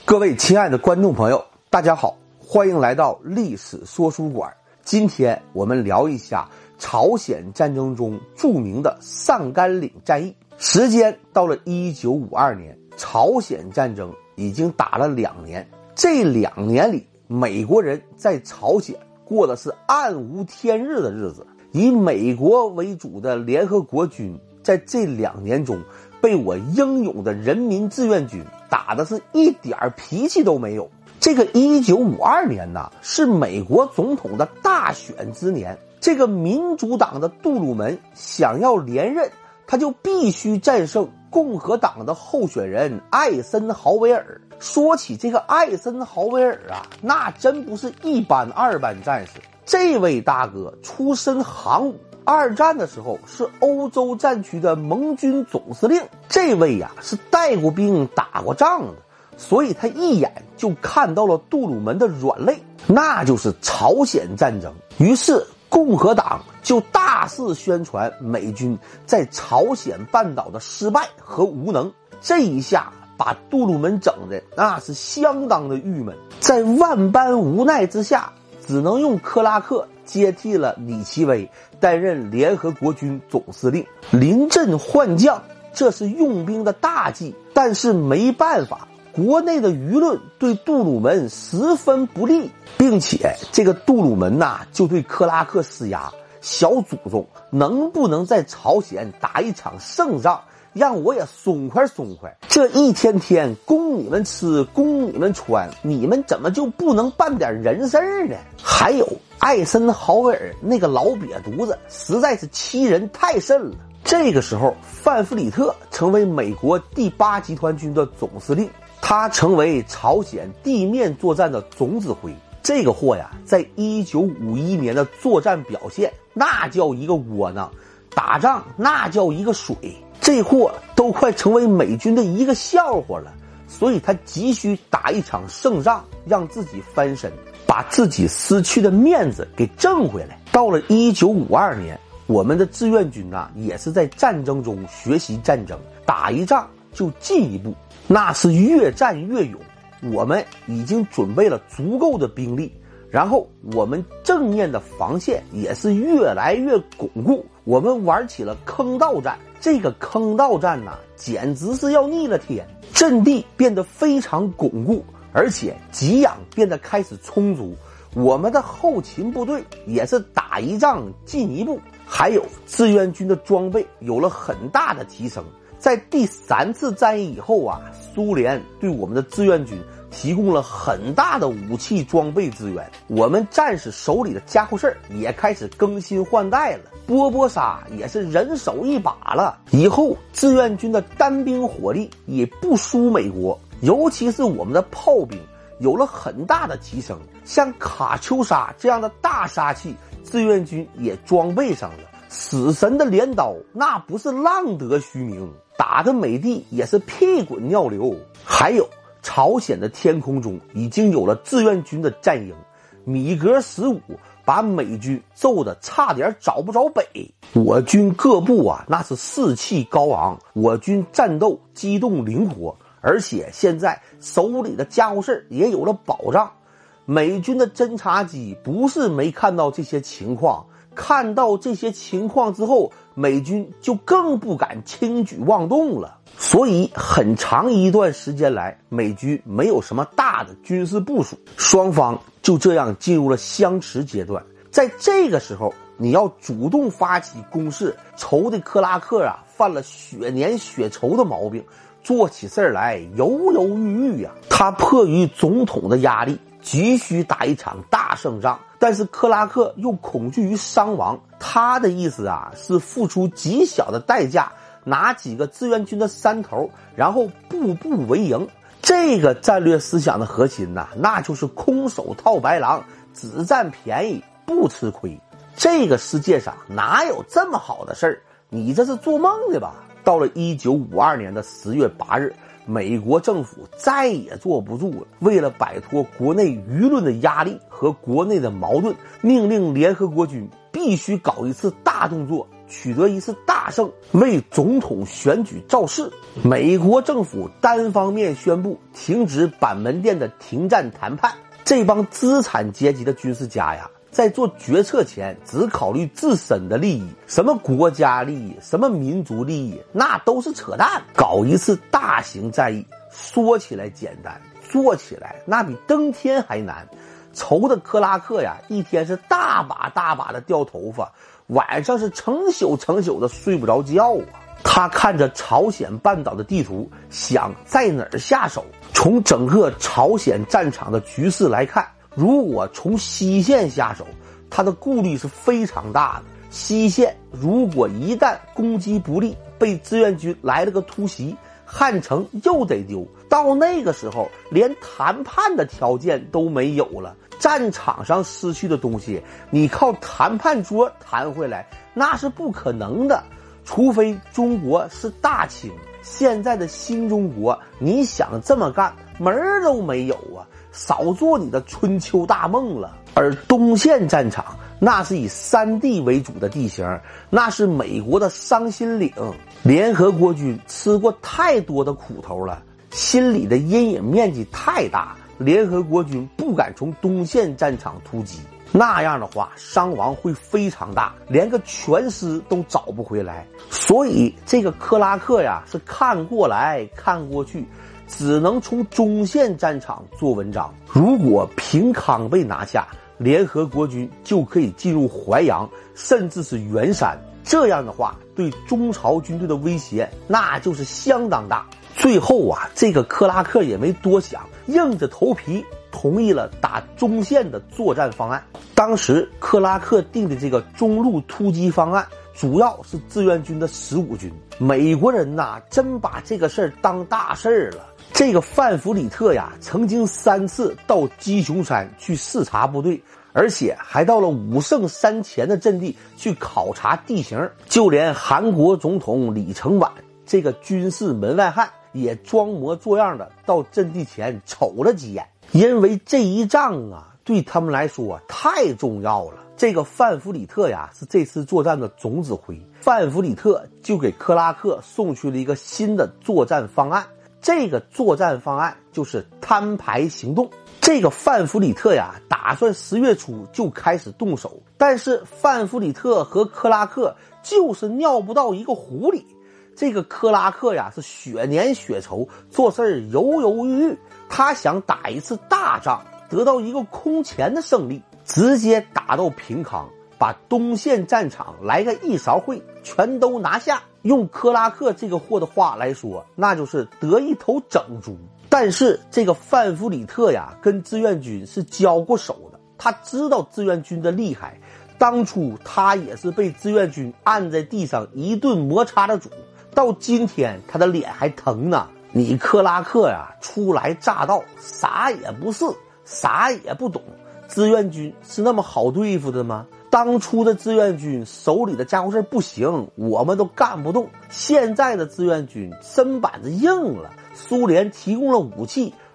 各位亲爱的观众朋友，大家好，欢迎来到历史说书馆。今天我们聊一下朝鲜战争中著名的上甘岭战役。时间到了1952年，朝鲜战争已经打了2年。这2年里，美国人在朝鲜过的是暗无天日的日子。以美国为主的联合国军在这2年中被我英勇的人民志愿军打的是一点脾气都没有。这个1952年呢，是美国总统的大选之年。这个民主党的杜鲁门想要连任，他就必须战胜共和党的候选人艾森豪威尔。说起这个艾森豪威尔啊，那真不是一般2班战士。这位大哥出身航武，2战的时候是欧洲战区的盟军总司令。这位呀是带过兵打过仗的，所以他一眼就看到了杜鲁门的软肋，那就是朝鲜战争。于是共和党就大肆宣传美军在朝鲜半岛的失败和无能。这一下把杜鲁门整的那是相当的郁闷，在万般无奈之下，只能用克拉克接替了李奇微担任联合国军总司令。临阵换将，这是用兵的大忌，但是没办法，国内的舆论对杜鲁门十分不利，并且这个杜鲁门就对克拉克施压，小祖宗能不能在朝鲜打一场胜仗，让我也松快松快，这一天天供你们吃供你们穿，你们怎么就不能办点人事呢？还有艾森豪威尔那个老瘪犊子实在是欺人太甚了。这个时候范弗里特成为美国第8集团军的总司令，他成为朝鲜地面作战的总指挥。这个货呀，在1951年的作战表现那叫一个窝囊，打仗那叫一个水，这货都快成为美军的一个笑话了。所以他急需打一场胜仗，让自己翻身，把自己失去的面子给挣回来。到了1952年，我们的志愿军也是在战争中学习战争，打一仗就进一步，那是越战越勇。我们已经准备了足够的兵力，然后我们正面的防线也是越来越巩固。我们玩起了坑道战，这个坑道战简直是要逆了天，阵地变得非常巩固，而且给养变得开始充足。我们的后勤部队也是打一仗进一步，还有志愿军的装备有了很大的提升。在第3次战役以后苏联对我们的志愿军提供了很大的武器装备资源，我们战士手里的家伙事也开始更新换代了，波波沙也是人手一把了。以后志愿军的单兵火力也不输美国，尤其是我们的炮兵有了很大的提升，像卡秋莎这样的大杀器志愿军也装备上了。死神的镰刀那不是浪得虚名，打得美帝也是屁滚尿流。还有朝鲜的天空中已经有了志愿军的战鹰，米格15把美军揍得差点找不着北。我军各部那是士气高昂，我军战斗机动灵活，而且现在手里的家伙事也有了保障。美军的侦察机不是没看到这些情况，看到这些情况之后，美军就更不敢轻举妄动了。所以很长一段时间来，美军没有什么大的军事部署，双方就这样进入了相持阶段。在这个时候，你要主动发起攻势，仇的克拉克犯了血粘血稠的毛病，做起事来犹犹豫豫他迫于总统的压力，急需打一场大胜仗，但是克拉克又恐惧于伤亡，他的意思是付出极小的代价，拿几个志愿军的山头，然后步步为营。这个战略思想的核心那就是空手套白狼，只占便宜不吃亏。这个世界上哪有这么好的事儿？你这是做梦的吧？到了1952年的10月8日，美国政府再也坐不住了，为了摆脱国内舆论的压力和国内的矛盾，命令联合国军必须搞一次大动作， 取得一次大胜，为总统选举造势。美国政府单方面宣布停止板门店的停战谈判。这帮资产阶级的军事家呀，在做决策前只考虑自身的利益，什么国家利益，什么民族利益，那都是扯淡。搞一次大型战役，说起来简单，做起来那比登天还难。愁的克拉克呀，一天是大把大把的掉头发，晚上是成宿的睡不着觉啊。他看着朝鲜半岛的地图，想在哪儿下手。从整个朝鲜战场的局势来看，如果从西线下手，他的顾虑是非常大的。西线如果一旦攻击不利，被志愿军来了个突袭，汉城又得丢。到那个时候，连谈判的条件都没有了。战场上失去的东西，你靠谈判桌谈回来，那是不可能的。除非中国是大清，现在的新中国，你想这么干，门儿都没有啊！少做你的春秋大梦了。而东线战场，那是以山地为主的地形，那是美国的伤心岭。联合国军吃过太多的苦头了，心里的阴影面积太大，联合国军不敢从东线战场突击。那样的话，伤亡会非常大，连个全师都找不回来。所以这个克拉克呀，是看过来看过去，只能从中线战场做文章。如果平康被拿下，联合国军就可以进入淮阳，甚至是元山。这样的话，对中朝军队的威胁那就是相当大。最后啊，这个克拉克也没多想，硬着头皮同意了打中线的作战方案。当时克拉克定的这个中路突击方案，主要是志愿军的15军。美国人呐，真把这个事儿当大事儿了。这个范弗里特呀，曾经3次到鸡雄山去视察部队，而且还到了武圣山前的阵地去考察地形。就连韩国总统李承晚这个军事门外汉，也装模作样的到阵地前瞅了几眼。因为这一仗啊，对他们来说太重要了。这个范弗里特呀，是这次作战的总指挥。范弗里特就给克拉克送去了一个新的作战方案，这个作战方案就是摊牌行动。这个范弗里特呀，打算10月初就开始动手，但是范弗里特和克拉克就是尿不到一个壶里。这个克拉克呀，是血粘血稠，做事犹犹豫豫。他想打一次大仗，得到一个空前的胜利，直接打到平康，把东线战场来个一勺烩，全都拿下。用克拉克这个货的话来说，那就是得一头整猪。但是这个范弗里特呀，跟志愿军是交过手的，他知道志愿军的厉害。当初他也是被志愿军按在地上一顿摩擦的主，到今天他的脸还疼呢。你克拉克呀，初来乍到，啥也不是，啥也不懂。志愿军是那么好对付的吗？当初的志愿军手里的家伙事不行，我们都干不动。现在的志愿军身板子硬了，苏联提供了武器，